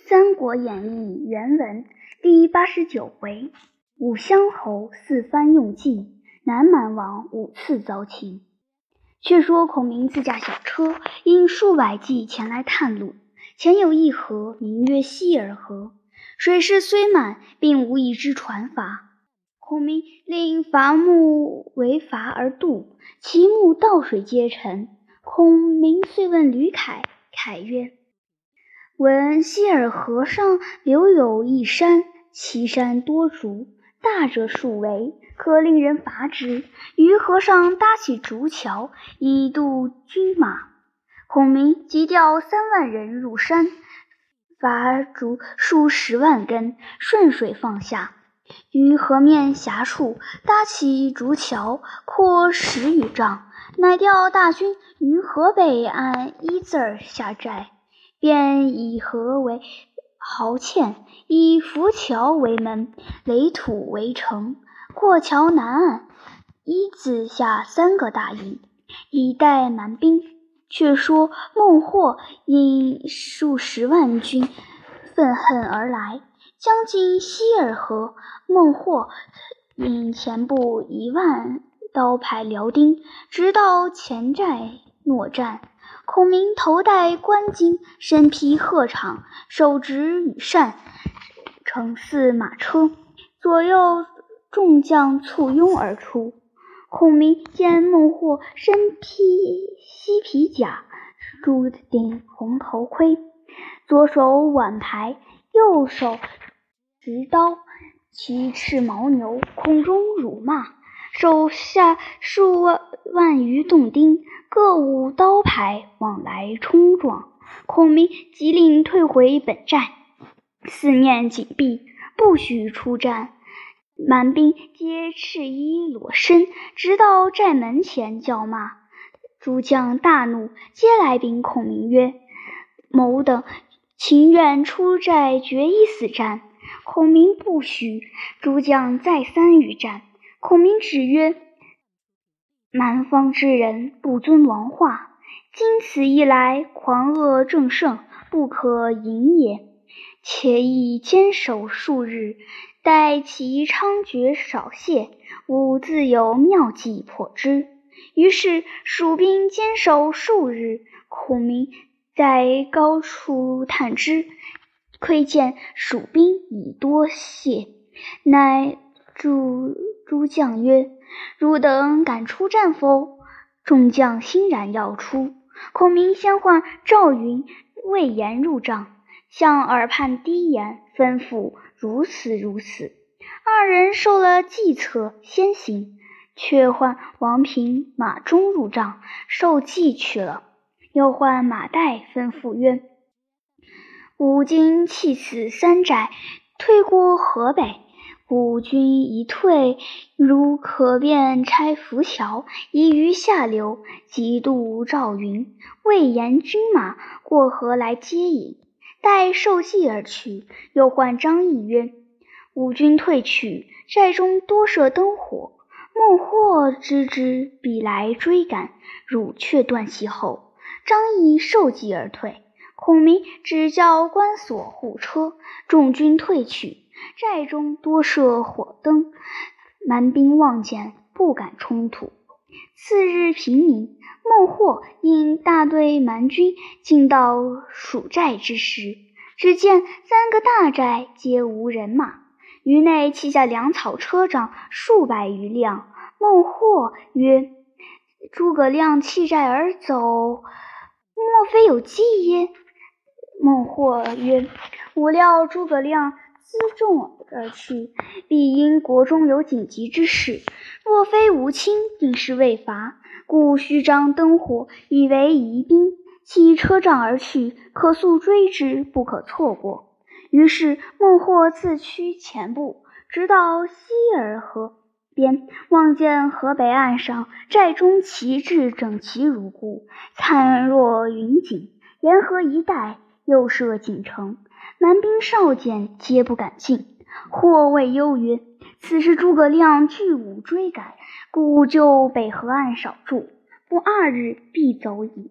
三国演义》原文第89回：武乡侯四番用计，南蛮王5次遭擒。却说孔明自驾小车，引数百骑前来探路。前有一河，名曰西尔河，水势虽满，并无一只船筏。孔明令伐木为筏而渡，其木到水皆沉。孔明遂问吕凯，凯曰：闻西尔河上留有一山，其山多竹，大者数围，可令人伐之。于河上搭起竹桥，以渡军马。孔明即调3万人入山，伐竹数10万根，顺水放下。于河面狭处搭起竹桥，阔10余丈，乃调大军于河北岸一字下寨，便以河为壕堑，以浮桥为门，垒土为城。过桥南岸，一字下3个大营，以待蛮兵。却说孟获引数10万军愤恨而来，将近西尔河。孟获引前部1万刀排辽兵，直到前寨搦战。孔明头戴冠巾，身披鹤氅，手执羽扇，乘4马车，左右众将簇拥而出。孔明见孟获身披犀皮甲，拄顶红头盔，左手挽牌，右手执刀，其赤牦牛，空中辱骂，手下数万余洞丁，各舞刀牌，往来冲撞。孔明即令退回本寨，四面紧闭，不许出战。蛮兵皆赤衣裸身，直到寨门前叫骂。诸将大怒，皆来禀孔明曰：某等情愿出寨决一死战。孔明不许，诸将再三欲战。孔明止曰：蛮方之人不遵王化，今此一来，狂恶正盛，不可迎也。且宜坚守数日，待其猖獗少泄，吾自有妙计破之。于是蜀兵坚守数日。孔明在高处探之，窥见蜀兵已多泄，乃诸将曰：汝等敢出战否？众将欣然要出。孔明先唤赵云、魏延入帐，向耳畔低言，吩咐如此如此。2人受了计策，先行。却唤王平、马忠入帐，受计去了。又唤马岱，吩咐曰：吾今弃此3寨，退过河北。吾军一退，如可便拆浮桥，移于下流，即渡赵云、魏延军马过河来接引。待受计而去。又唤张翼曰：吾军退去，寨中多设灯火，孟获知之，必来追赶，汝却断其后。张翼受计而退。孔明只叫关锁护车，众军退去，寨中多设火灯，蛮兵望见，不敢冲突。次日平明，孟获引大队蛮军进到蜀寨之时，只见3个大寨皆无人马，于内砌下粮草车仗数百余辆。孟获曰：诸葛亮弃寨而走，莫非有计耶？孟获曰：吾料诸葛亮辎重而去，必因国中有紧急之事，若非吴卿，定是未伐，故虚张灯火，以为疑兵，弃车仗而去，可速追之，不可错过。于是孟获自驱前部，直到西尔河边，望见河北岸上寨中旗帜整齐如故，灿若云锦，沿河一带又设锦城，蛮兵少见，皆不敢进。或谓忧曰：此时诸葛亮聚武追赶，故就北河岸少住，不2日必走矣。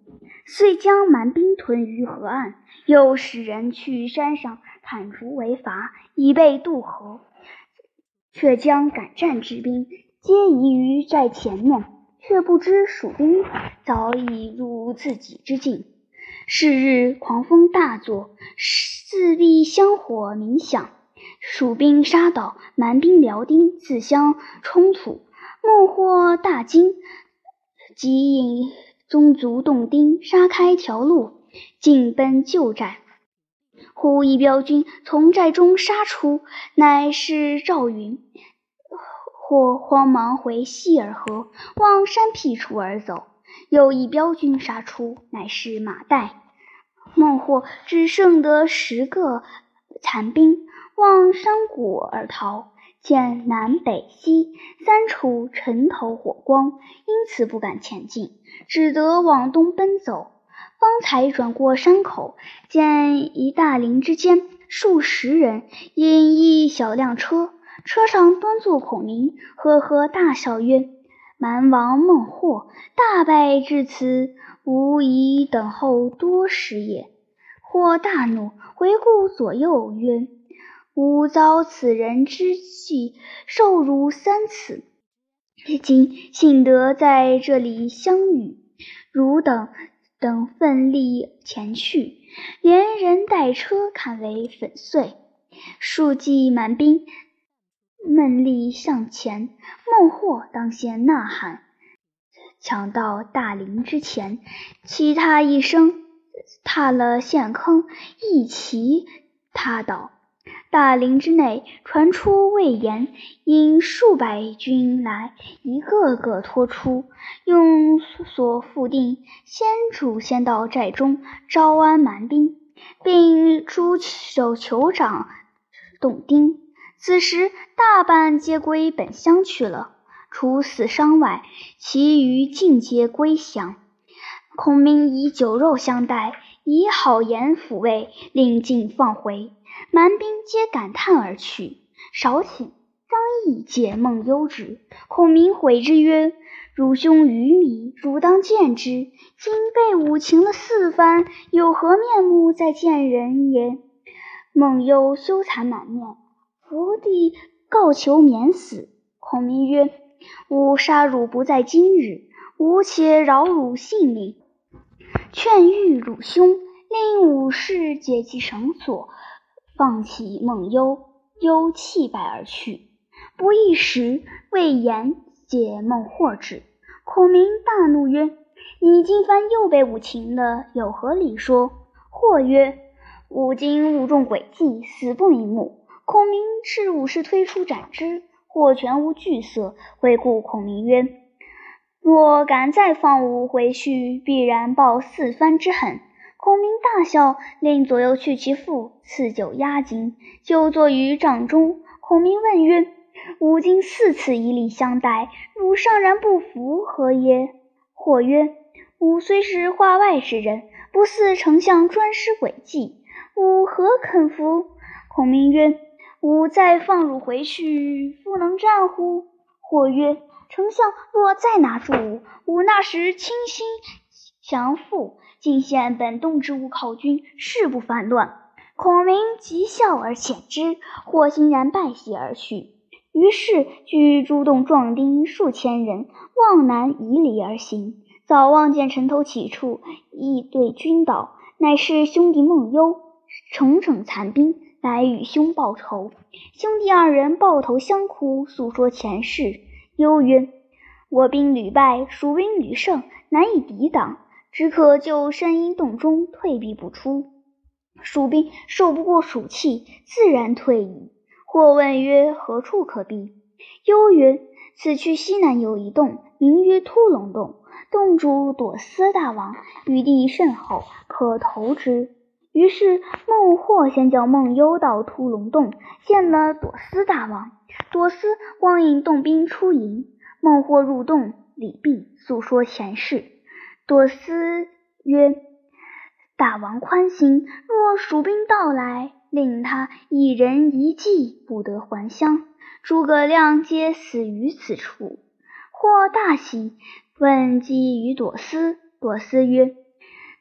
遂将蛮兵屯于河岸，又使人去山上砍竹为筏，以备渡河，却将赶战之兵皆移于寨前面，却不知蜀兵早已入自己之境。是日狂风大作，四壁香火鸣响，蜀兵杀到，蛮兵辽丁自相冲突，孟获大惊，即引宗族洞丁杀开条路，进奔旧寨。忽一彪军从寨中杀出，乃是赵云。或慌忙回西尔河，往山僻处而走。又一彪军杀出，乃是马岱。孟获只剩得10个残兵，往山谷而逃，见南北西3处城头火光，因此不敢前进，只得往东奔走。方才转过山口，见一大林之间数10人引一小辆车，车上端坐孔明，呵呵大笑曰：“蛮王孟获，大败至此，无以等候多时也。”或大怒，回顾左右曰：“吾遭此人之计，受辱3次，今幸得在这里相遇，汝等奋力前去，连人带车砍为粉碎。”数骑蛮兵闷力向前，孟获当先呐喊，抢到大林之前，其他一声踏了陷坑，一齐踏倒。大林之内传出魏延，引数百军来，一个个拖出，用所缚定，先到寨中招安蛮兵，并诛守酋长洞丁。此时大半皆归本乡去了，除死伤外，其余尽皆归降。孔明以酒肉相待，以好言抚慰，令尽放回。蛮兵皆感叹而去。少顷，张翼解孟幽之。孔明悔之曰：“汝兄愚迷，汝当见之。今被吾擒了4番，有何面目再见人也？”孟幽羞惭满面，伏地告求免死。孔明曰：“吾杀汝不在今日，吾且饶汝性命，劝谕汝兄，令武士解其绳索，放弃孟幽。”幽泣败而去。不一时，魏延解孟获之。孔明大怒曰：“你今番又被吾擒了，有何理说？”或曰：“吾今误中诡计，死不瞑目。”孔明斥武士推出斩之。或全无惧色，回顾孔明曰：“若敢再放吾回去，必然报4番之恨。”孔明大笑，令左右去其父，赐酒压惊，就坐于帐中。孔明问曰：“吾今4次以礼相待，汝尚然不服，何耶？”或曰：“吾虽是化外之人，不似丞相专施诡计，吾何肯服？”孔明曰：“吾再放汝回去，复能战乎？”或曰：“丞相若再拿住吾，吾那时倾心降附，尽献本洞之物犒军，誓不反乱。”孔明极笑而遣之，或欣然拜谢而去。于是聚诸洞壮丁数千人，往南以里而行。早望见城头起处，一队军倒，乃是兄弟孟幽，重整残兵，来与兄报仇。兄弟2人抱头相哭，诉说前事。幽曰：“我兵屡败，蜀兵屡胜，难以抵挡，只可就深阴洞中退避不出。蜀兵受不过蜀气，自然退矣。”或问曰：“何处可避？”幽曰：“此去西南有一洞，名曰突龙洞，洞主朵思大王，余地甚厚，可投之。”于是孟获先叫孟幽到突龙洞，见了朵思大王。朵思光引洞兵出营，孟获入洞礼毕，诉说前事。朵思曰：“大王宽心，若蜀兵到来，令他一人一骑不得还乡，诸葛亮皆死于此处。”或大喜，问计于朵思。朵思曰：“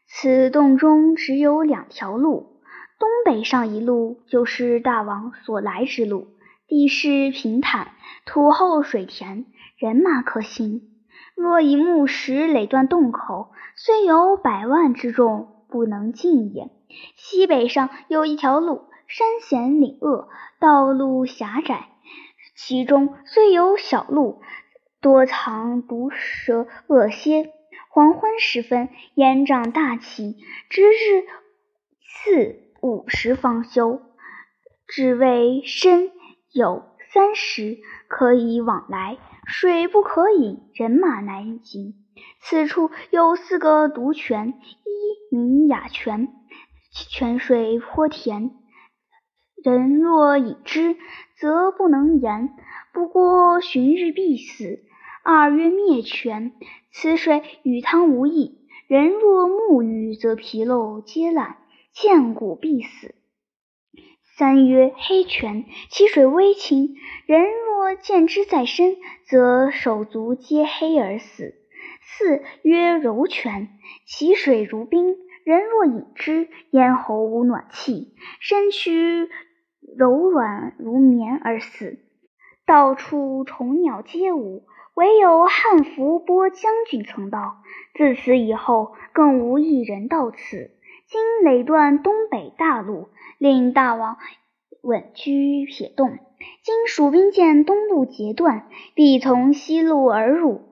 此洞中只有2条路，东北上一路就是大王所来之路，地势平坦，土厚水田，人马可行。若以木石垒断洞口，虽有100万之众，不能进也。西北上有一条路，山险岭恶，道路狭窄，其中虽有小路，多藏毒蛇恶蝎。黄昏时分，烟瘴大起，直至4、5时方休。只为深有30，可以往来，水不可饮，人马难行。此处有4个毒泉，一名雅泉，泉水颇甜，人若饮之，则不能言，不过旬日必死。2曰灭泉，此水与汤无异，人若沐浴，则皮肉皆烂，见骨必死。3曰黑泉，其水微清，人若见之在身，则手足皆黑而死。4曰柔泉，其水如冰，人若饮之，咽喉无暖气，身躯柔软如棉而死。到处虫鸟皆无，唯有汉伏波将军曾到。自此以后，更无一人到此。今垒断东北大路，令大王稳居撇洞。今蜀兵见东路截断，必从西路而入，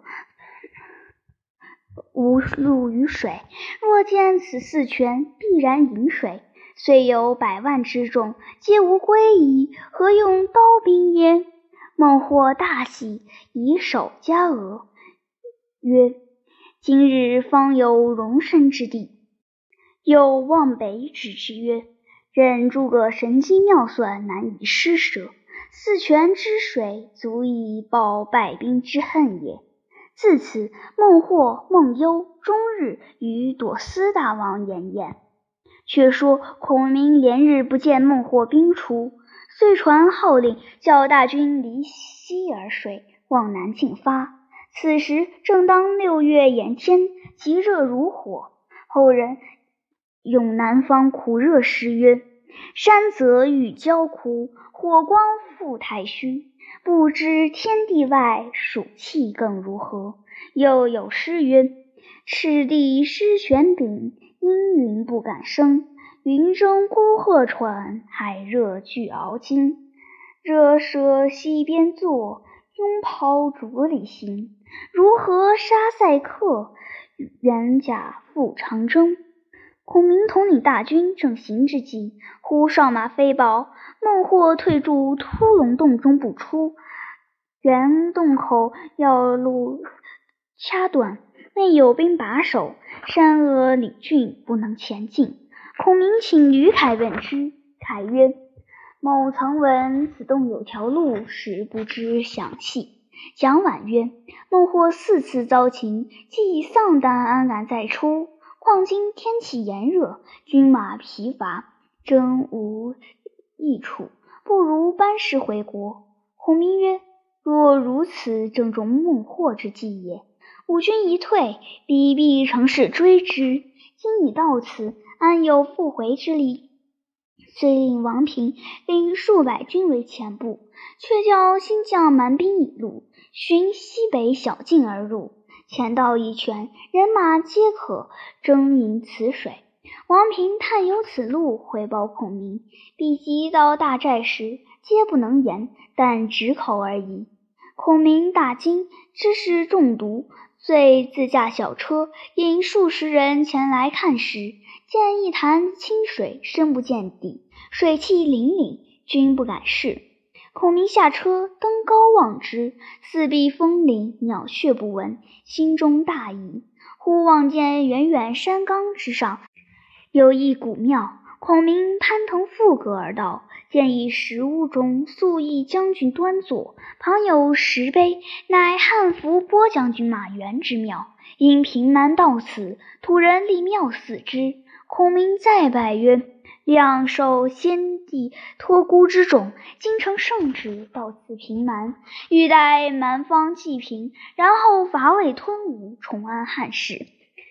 无路于水。若见此4泉，必然饮水。虽有100万之众，皆无归矣，何用刀兵耶？孟获大喜，以手加额，曰：今日方有容身之地。又望北指之曰：任诸葛神机妙算，难以施舍。4泉之水，足以报败兵之恨也。自此，孟获、孟优终日与朵思大王言宴。却说孔明连日不见孟获兵出，遂传号令，叫大军离西而水，往南进发。此时正当6月炎天，极热如火。后人咏南方苦热时曰：山泽欲焦枯，火光复太虚，不知天地外，暑气更如何。又有诗曰：赤地失玄柄，阴云不敢生，云中孤鹤喘，海热俱熬金。热舍西边坐，拥抛竹里行。如何杀塞客，元甲赴长征。孔明统领大军正行之际，忽哨马飞报，孟获退驻突龙洞中不出，原洞口要路掐断，内有兵把守，山恶岭峻，不能前进。孔明请吕凯问之，凯曰：某曾闻此洞有条路，实不知详细。蒋琬曰：孟获4次遭擒，既丧胆安敢再出？况今天气炎热，军马疲乏，真无益处，不如班师回国。孔明曰：若如此，正中孟获之计也。吾军一退，彼必乘势追之。今已到此，安有复回之力？遂令王平领数百军为前部，却叫新将蛮兵引路，循西北小径而入。前到一泉，人马皆可争饮此水。王平探有此路，回报孔明，彼及到大寨时，皆不能言，但止口而已。孔明大惊，知是中毒，遂自驾小车，引数十人前来看时，见一潭清水，深不见底，水气凛凛，均不敢视。孔明下车，登高望之，四壁峰岭，鸟雀不闻，心中大疑。忽望见远远山冈之上有一古庙，孔明攀藤附阁而到，见一石屋中素一将军端坐，旁有石碑，乃汉伏波将军马援之庙。因平南到此，土人立庙祀之。孔明再拜曰：亮受先帝托孤之重，今承圣旨到此平蛮，欲待蛮方济平，然后伐魏吞吴，重安汉室。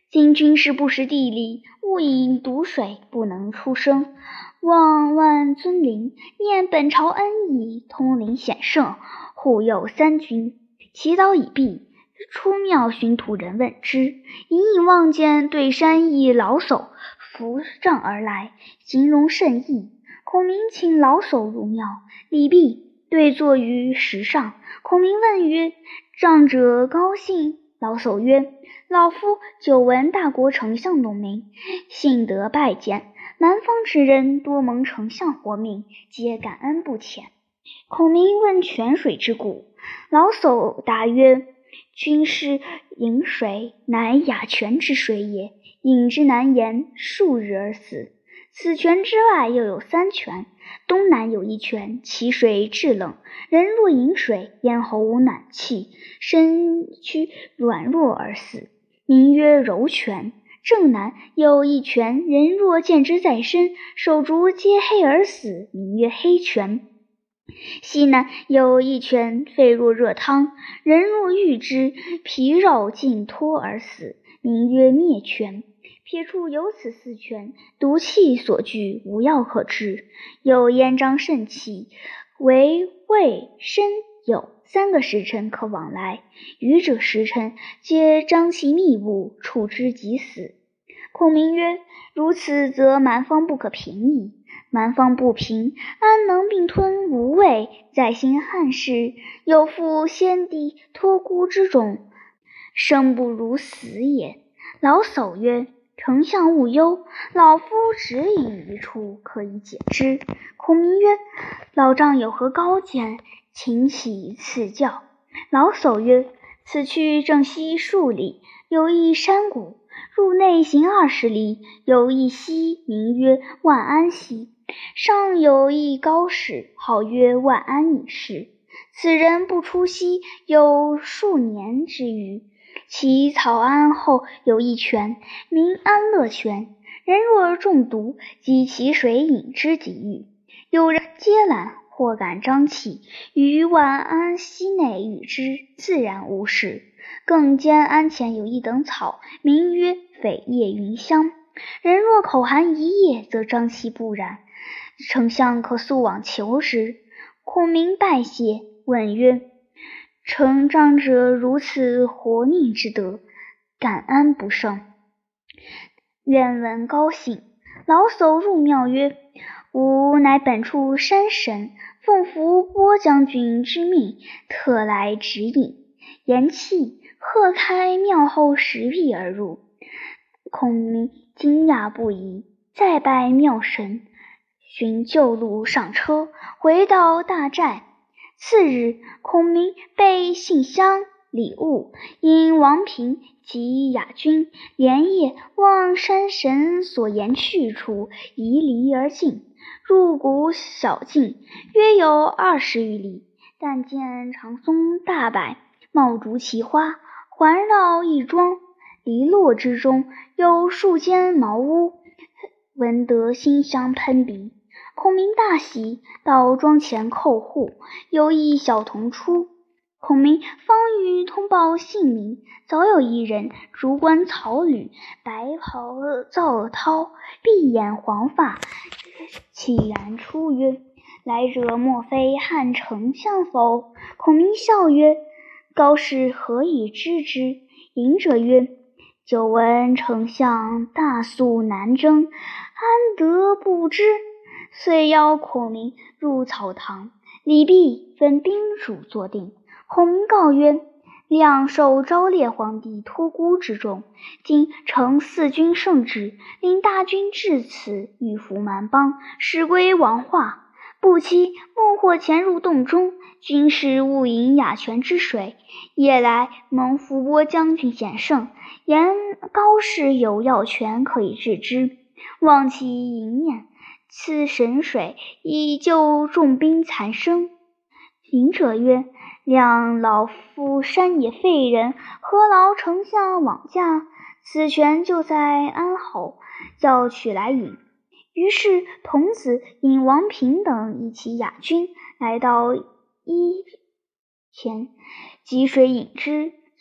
今军师不识地理，误饮毒水，不能出声。望万尊灵，念本朝恩义，通灵显圣，护佑三军。祈祷已毕，出庙寻途人问之，隐隐望见对山一老叟扶杖而来，形容甚异。孔明请老叟入庙，礼毕，对坐于石上。孔明问曰：杖者高姓？老叟曰：老夫久闻大国丞相董名，幸得拜见。南方之人多蒙丞相活命，皆感恩不浅。孔明问泉水之故，老叟答曰：军师饮水，乃雅泉之水也，饮之难言，数日而死。此泉之外又有3泉，东南有一泉，其水至冷，人若饮水，咽喉无暖气，身躯软弱而死，名曰柔泉。正南有一泉，人若见之在身，手足皆黑而死，名曰黑泉。西南有一泉，沸若热汤，人若遇之，皮肉尽脱而死，名曰灭泉。撇除有此4泉，毒气所聚，无药可治。有燕章肾气，为胃身有3个时辰可往来，余者时辰皆瘴气密布，触之即死。孔明曰：如此则蛮方不可平矣。蛮方不平，安能并吞无畏，在兴汉室，有负先帝托孤之重，生不如死也。老叟曰：丞相勿忧，老夫只引一处，可以解之。孔明曰：老丈有何高见，请起赐教。老叟曰：此去正西数里，有一山谷，入内行20里，有一溪，名曰万安溪，上有一高士，号曰万安隐士。此人不出溪有数年之余，其草庵后有一泉，名安乐泉，人若中毒，即其水饮之即愈。有人接揽，或感瘴气，于万安溪内遇之，自然无事。更兼庵前有一等草，名曰扉叶云香，人若口含一叶，则瘴气不染。丞相可速往求之。孔明拜谢，问曰：承杖者如此活命之德，感恩不胜，愿闻高兴。老叟入庙曰：吾乃本处山神，奉服波将军之命，特来指引。言讫，喝开庙后石壁而入。孔明惊讶不已，再拜庙神，寻旧路上车，回到大寨。次日，孔明备信箱礼物，引王平及亚军连夜往山神所言去处移离而进，入谷小径，约有20余里。但见长松大柏，茂竹奇花，环绕一庄，篱落之中有数间茅屋，闻得馨香喷鼻。孔明大喜，到庄前叩户，有一小童出。孔明方欲通报姓名，早有一人，竹冠草履，白袍皂绦，碧眼黄发，凄然出曰：来者莫非汉丞相否？孔明笑曰：高士何以知之？隐者曰：久闻丞相大素难征，安得不知？遂邀孔明入草堂，礼毕，分宾主坐定。孔明告曰：亮受昭烈皇帝托孤之重，今承4军圣旨，领大军至此，欲服蛮邦，使归王化。不期孟获潜入洞中，军师误饮雅泉之水，夜来蒙伏波将军显圣，言高士有药泉可以治之，望其一念，此神水以救重兵残生。隐者曰：亮老夫山野废人，何劳丞相往驾？此泉就在庵后，叫取来饮。于是童子引王平等一起雅军来到一前，汲水饮之，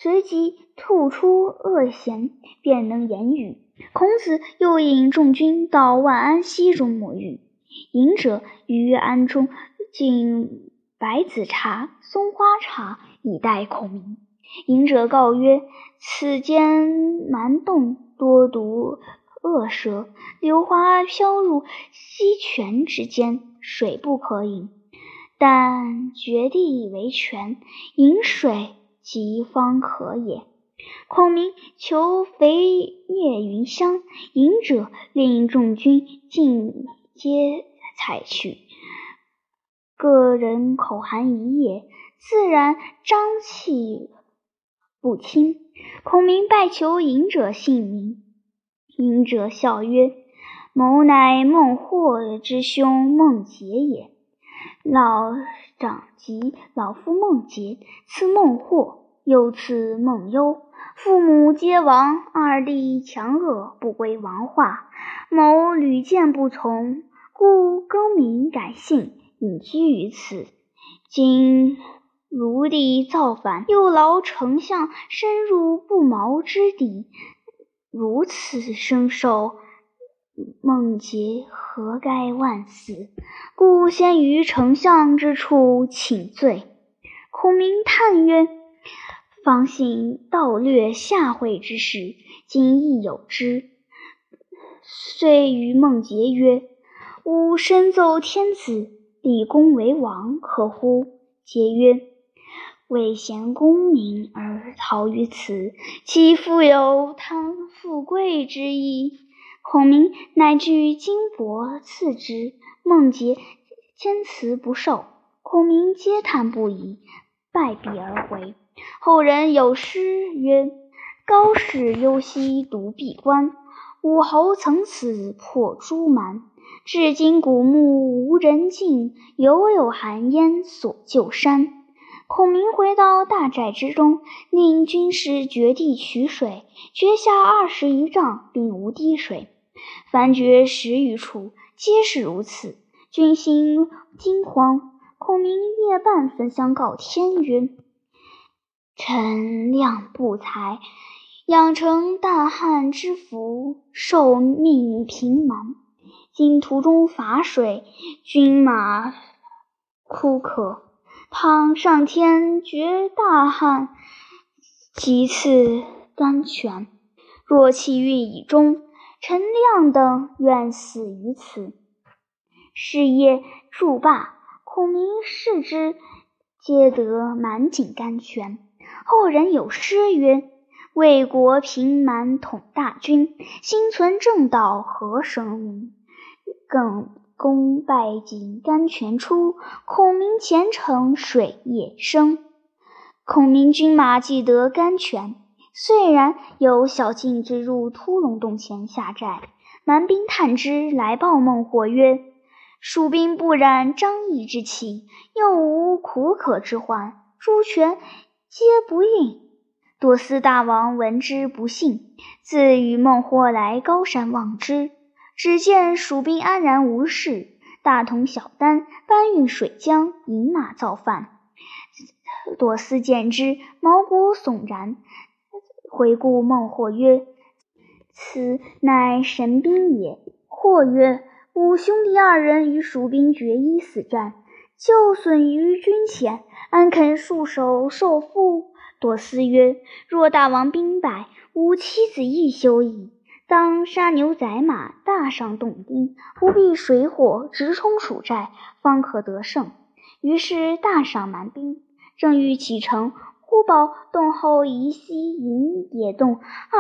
随即吐出恶涎，便能言语。孔子又引众军到万安溪中沐浴，饮者于安中进白子茶、松花茶以待孔明。饮者告曰：此间蛮洞多毒恶蛇，流花飘入溪泉之间，水不可饮。但掘地为泉，饮水即方可也。孔明求肥叶云香，饮者令众军尽皆采取，各人口含一叶，自然瘴气不侵。孔明拜求饮者姓名，饮者笑曰：某乃孟获之兄孟杰也。老长及老夫孟杰，赐孟获，又赐孟优。父母皆亡，二弟强恶，不归王化。某屡谏不从，故更名改姓，隐居于此。今卢地造反，又劳丞相深入不毛之地，如此生受，孟杰何该万死？故先于丞相之处请罪。孔明叹曰：方信盗掠下惠之事，今亦有之。遂与孟杰曰：吾身奏天子，立公为王，可乎？杰曰：为贤公明而逃于此，岂复有贪富贵之意？孔明乃具金帛赐之，孟杰坚辞不受。孔明嗟叹不已，败笔而回。后人有诗曰：高士忧兮独闭关，武侯曾此破诸蛮。至今古墓无人进，犹有寒烟锁旧山。孔明回到大寨之中，令军士掘地取水，掘下20余丈，并无滴水。凡掘10余处，皆是如此。军心惊慌。孔明夜半焚香告天曰：臣量不才，养成大汉之福，受命平蛮。今途中乏水，军马枯渴。倘上天绝大旱，即赐甘泉。若气运以终，臣亮等愿死于此。是夜筑坝，孔明视之，皆得满井甘泉。后人有诗曰：为国平蛮统大军，心存正道何生民。更功败井甘泉出，孔明前程水也生。孔明军马既得甘泉，虽然有小径之入突龙洞前下寨，蛮兵探之，来报孟获曰：蜀兵不染张翼之气，又无苦渴之患，诸权皆不应。多司大王闻之不信，自与孟获来高山望之，只见蜀兵安然无事，大同小担，搬运水浆，饮马造饭。多司见之，毛骨悚然，回顾孟获曰：此乃神兵也。或曰：吾兄弟二人与蜀兵决一死战，就损于军前，安肯束手受缚？多司曰：若大王兵败，吾妻子亦休矣。当杀牛宰马，大伤洞丁，不必水火，直冲蜀寨，方可得胜。于是大赏蛮兵，正欲启程，忽报洞后夷西营野洞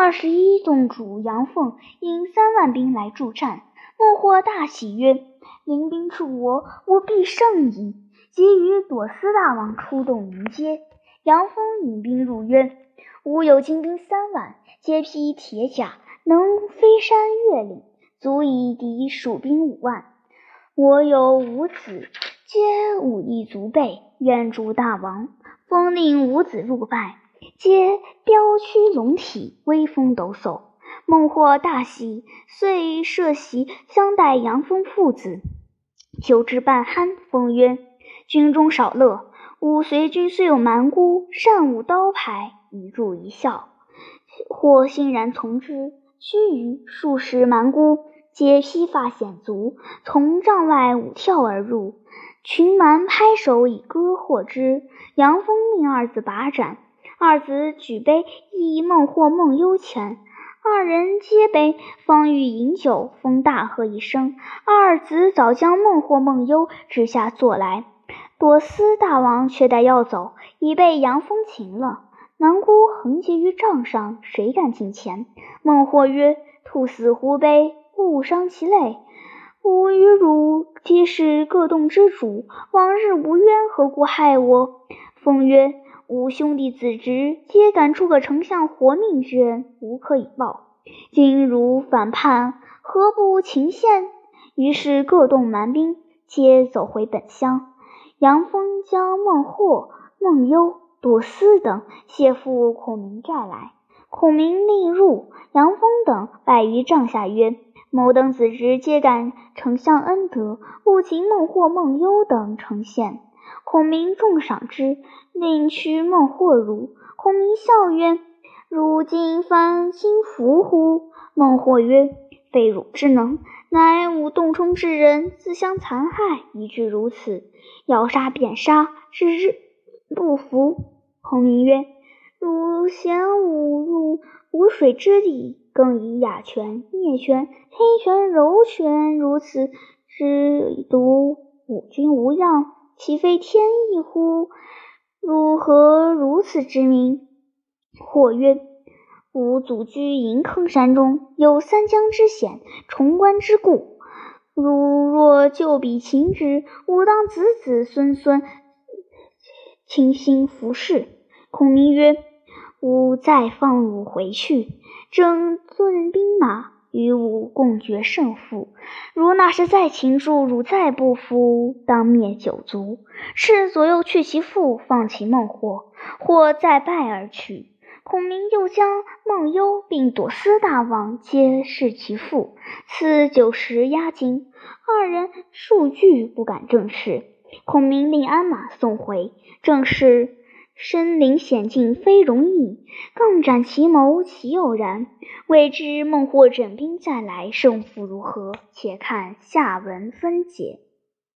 21洞主杨凤引3万兵来助战。孟获大喜曰：临兵助我，我必胜矣。即与朵思大王出洞迎接。杨凤引兵入曰：吾有精兵3万，皆披铁甲，能飞山越岭，足以敌蜀兵5万。我有5子，皆武艺足备，愿助大王。封令5子入拜，皆彪躯龙体，威风抖擞。孟获大喜，遂设席相待杨凤父子。酒至半酣，封曰：军中少乐，吾随军虽有蛮孤，善舞刀牌， 语助一笑。或欣然从之。须臾，数十蛮姑皆披发显足，从帐外舞跳而入。群蛮拍手以歌获之。杨峰令二子把盏，二子举杯诣孟获、孟幽前，二人皆杯，方欲饮酒，风大喝一声，二子早将孟获、孟幽指下坐来。朵思大王却待要走，已被杨峰擒了。南姑横结于帐上，谁敢近前？孟获曰：兔死狐悲，勿伤其类。吾与汝皆是各洞之主，往日无冤，何故害我？风曰：吾兄弟子侄，皆感出个丞相活命之恩，无可以报。今汝反叛，何不擒献？于是各洞蛮兵皆走回本乡。杨峰将孟获、孟幽、朵思等谢赴孔明寨来。孔明令入，杨峰等拜于帐下曰：某等子侄皆感丞相恩德，务擒孟获、孟幽等呈献。孔明重赏之，令驱孟获入。孔明笑曰：汝今番轻浮乎？孟获曰：非汝之能，乃吾洞中之人自相残害，以致如此。要杀便杀，只日不服。孔明曰：汝嫌吾入无水之地，更以雅泉、孽泉、黑泉、柔泉如此之毒，吾君无恙，岂非天意乎？汝何如此之名？或曰：吾祖居银坑山中，有三江之险，重关之固。汝若就彼擒之，吾当子子孙孙倾心服侍。孔明曰：吾再放汝回去，整顿兵马，与吾共决胜负。如那时再擒住，汝再不服，当灭九族。是左右去其父，放其孟获，或再败而去。孔明又将孟幽并朵思大王皆弑其父，赐90押金，二人数惧不敢正视。孔明令鞍马送回，正是身临险境非容易，更展其谋其诱然。未知孟获整兵再来，胜负如何？且看下文分解。